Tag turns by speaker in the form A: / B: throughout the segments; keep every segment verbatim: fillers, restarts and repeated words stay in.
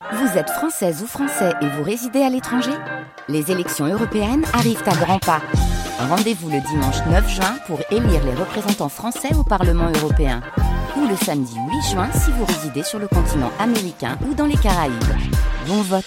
A: Vous êtes française ou français et vous résidez à l'étranger ? Les élections européennes arrivent à grands pas. Rendez-vous le dimanche neuf juin pour élire les représentants français au Parlement européen. Ou le samedi huit juin si vous résidez sur le continent américain ou dans les Caraïbes. Bon vote!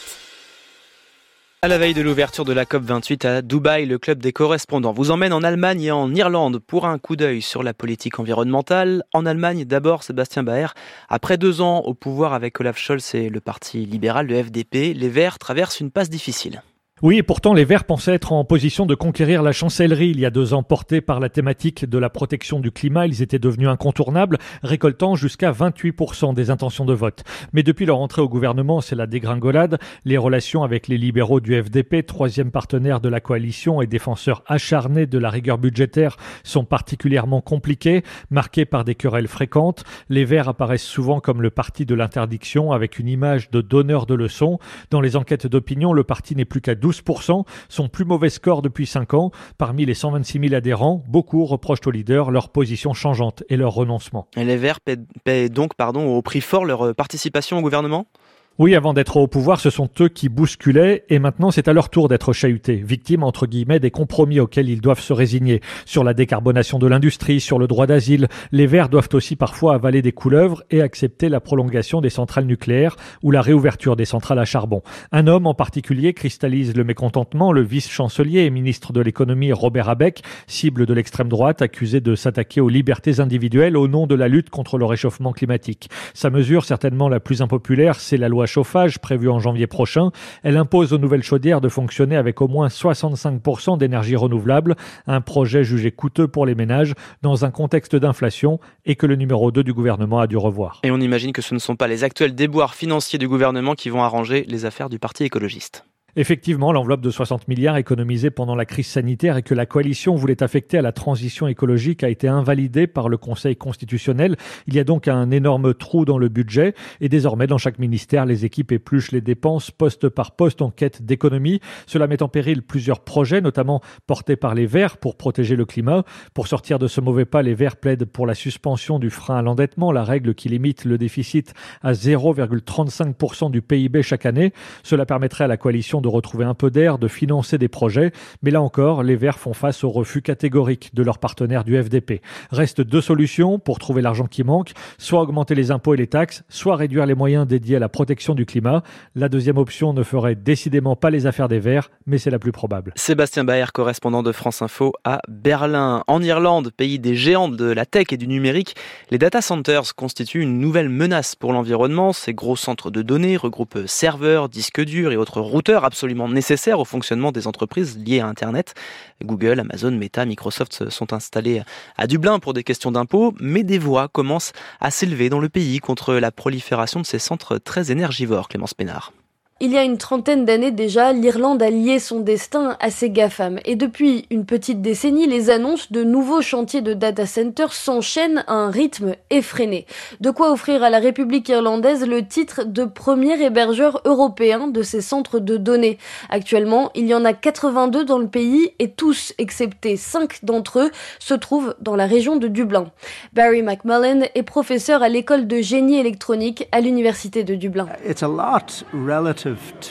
B: À la veille de l'ouverture de la COP vingt-huit à Dubaï, le club des correspondants vous emmène en Allemagne et en Irlande pour un coup d'œil sur la politique environnementale. En Allemagne, d'abord, Sébastien Baer. Après deux ans au pouvoir avec Olaf Scholz et le parti libéral, le F D P, les Verts traversent une passe difficile.
C: Oui, et pourtant les Verts pensaient être en position de conquérir la chancellerie il y a deux ans. Portés par la thématique de la protection du climat, ils étaient devenus incontournables, récoltant jusqu'à vingt-huit pour cent des intentions de vote. Mais depuis leur entrée au gouvernement, c'est la dégringolade. Les relations avec les libéraux du F D P, troisième partenaire de la coalition et défenseur acharné de la rigueur budgétaire, sont particulièrement compliquées, marquées par des querelles fréquentes. Les Verts apparaissent souvent comme le parti de l'interdiction, avec une image de donneur de leçons. Dans les enquêtes d'opinion, le parti n'est plus qu'à douze pour cent, son plus mauvais score depuis cinq ans. Parmi les cent vingt-six mille adhérents, beaucoup reprochent au leader leur position changeante et leur renoncement.
B: Et les Verts paient, paient donc pardon, au prix fort leur participation au gouvernement ?
C: Oui, avant d'être au pouvoir, ce sont eux qui bousculaient et maintenant c'est à leur tour d'être chahutés, victimes entre guillemets des compromis auxquels ils doivent se résigner. Sur la décarbonation de l'industrie, sur le droit d'asile, les Verts doivent aussi parfois avaler des couleuvres et accepter la prolongation des centrales nucléaires ou la réouverture des centrales à charbon. Un homme en particulier cristallise le mécontentement, le vice-chancelier et ministre de l'économie Robert Habeck, cible de l'extrême droite, accusé de s'attaquer aux libertés individuelles au nom de la lutte contre le réchauffement climatique. Sa mesure certainement la plus impopulaire, c'est la loi chauffage prévue en janvier prochain. Elle impose aux nouvelles chaudières de fonctionner avec au moins soixante-cinq pour cent d'énergie renouvelable, un projet jugé coûteux pour les ménages dans un contexte d'inflation et que le numéro deux du gouvernement a dû revoir.
B: Et on imagine que ce ne sont pas les actuels déboires financiers du gouvernement qui vont arranger les affaires du Parti écologiste.
C: Effectivement, l'enveloppe de soixante milliards économisée pendant la crise sanitaire et que la coalition voulait affecter à la transition écologique a été invalidée par le Conseil constitutionnel. Il y a donc un énorme trou dans le budget et désormais, dans chaque ministère, les équipes épluchent les dépenses poste par poste en quête d'économie. Cela met en péril plusieurs projets, notamment portés par les Verts pour protéger le climat. Pour sortir de ce mauvais pas, les Verts plaident pour la suspension du frein à l'endettement, la règle qui limite le déficit à zéro virgule trente-cinq pour cent du P I B chaque année. Cela permettrait à la coalition de de retrouver un peu d'air, de financer des projets. Mais là encore, les Verts font face au refus catégorique de leurs partenaires du F D P. Restent deux solutions pour trouver l'argent qui manque, soit augmenter les impôts et les taxes, soit réduire les moyens dédiés à la protection du climat. La deuxième option ne ferait décidément pas les affaires des Verts, mais c'est la plus probable.
B: Sébastien Baer, correspondant de France Info à Berlin. En Irlande, pays des géants de la tech et du numérique, les data centers constituent une nouvelle menace pour l'environnement. Ces gros centres de données regroupent serveurs, disques durs et autres routeurs absolument nécessaires au fonctionnement des entreprises liées à Internet. Google, Amazon, Meta, Microsoft sont installés à Dublin pour des questions d'impôts, mais des voix commencent à s'élever dans le pays contre la prolifération de ces centres très énergivores. Clémence Pénard.
D: Il y a une trentaine d'années déjà, l'Irlande a lié son destin à ses GAFAM. Et depuis une petite décennie, les annonces de nouveaux chantiers de data centers s'enchaînent à un rythme effréné. De quoi offrir à la République irlandaise le titre de premier hébergeur européen de ces centres de données. Actuellement, il y en a quatre-vingt-deux dans le pays et tous, excepté cinq d'entre eux, se trouvent dans la région de Dublin. Barry McMullen est professeur à l'école de génie électronique à l'université de Dublin.
E: It's a lot relative.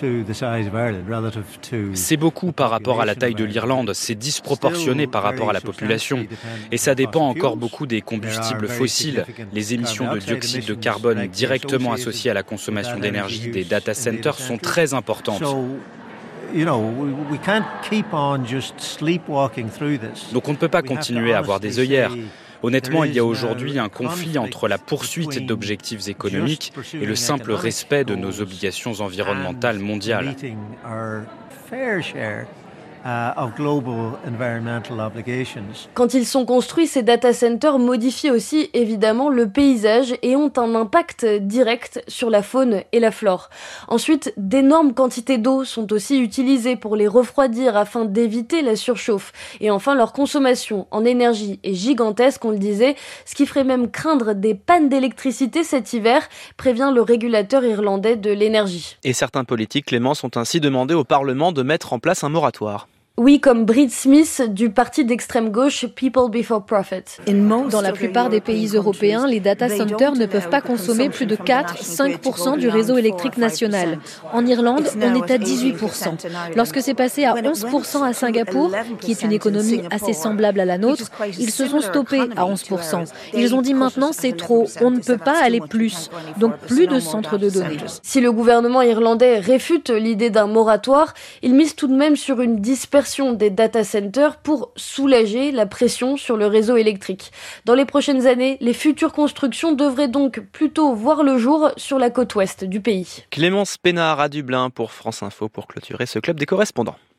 F: C'est beaucoup par rapport à la taille de l'Irlande, c'est disproportionné par rapport à la population. Et ça dépend encore beaucoup des combustibles fossiles. Les émissions de dioxyde de carbone directement associées à la consommation d'énergie des data centers sont très importantes. Donc on ne peut pas continuer à avoir des œillères. Honnêtement, il y a aujourd'hui un conflit entre la poursuite d'objectifs économiques et le simple respect de nos obligations environnementales mondiales.
D: Quand ils sont construits, ces data centers modifient aussi évidemment le paysage et ont un impact direct sur la faune et la flore. Ensuite, d'énormes quantités d'eau sont aussi utilisées pour les refroidir afin d'éviter la surchauffe. Et enfin, leur consommation en énergie est gigantesque, on le disait, ce qui ferait même craindre des pannes d'électricité cet hiver, prévient le régulateur irlandais de l'énergie.
B: Et certains politiques, Clémence, ont ainsi demandé au Parlement de mettre en place un moratoire.
D: Oui, comme Britt Smith du parti d'extrême gauche People Before Profit.
G: Dans la plupart des pays européens, les data centers ne peuvent pas consommer plus de quatre à cinq pour cent du réseau électrique national. En Irlande, on est à dix-huit pour cent. Lorsque c'est passé à onze pour cent à Singapour, qui est une économie assez semblable à la nôtre, ils se sont stoppés à onze pour cent. Ils ont dit maintenant c'est trop, on ne peut pas aller plus. Donc plus de centres de données.
D: Si le gouvernement irlandais réfute l'idée d'un moratoire, il mise tout de même sur une dispersion des data centers pour soulager la pression sur le réseau électrique. Dans les prochaines années, les futures constructions devraient donc plutôt voir le jour sur la côte ouest du pays.
B: Clémence Pénard à Dublin pour France Info pour clôturer ce club des correspondants.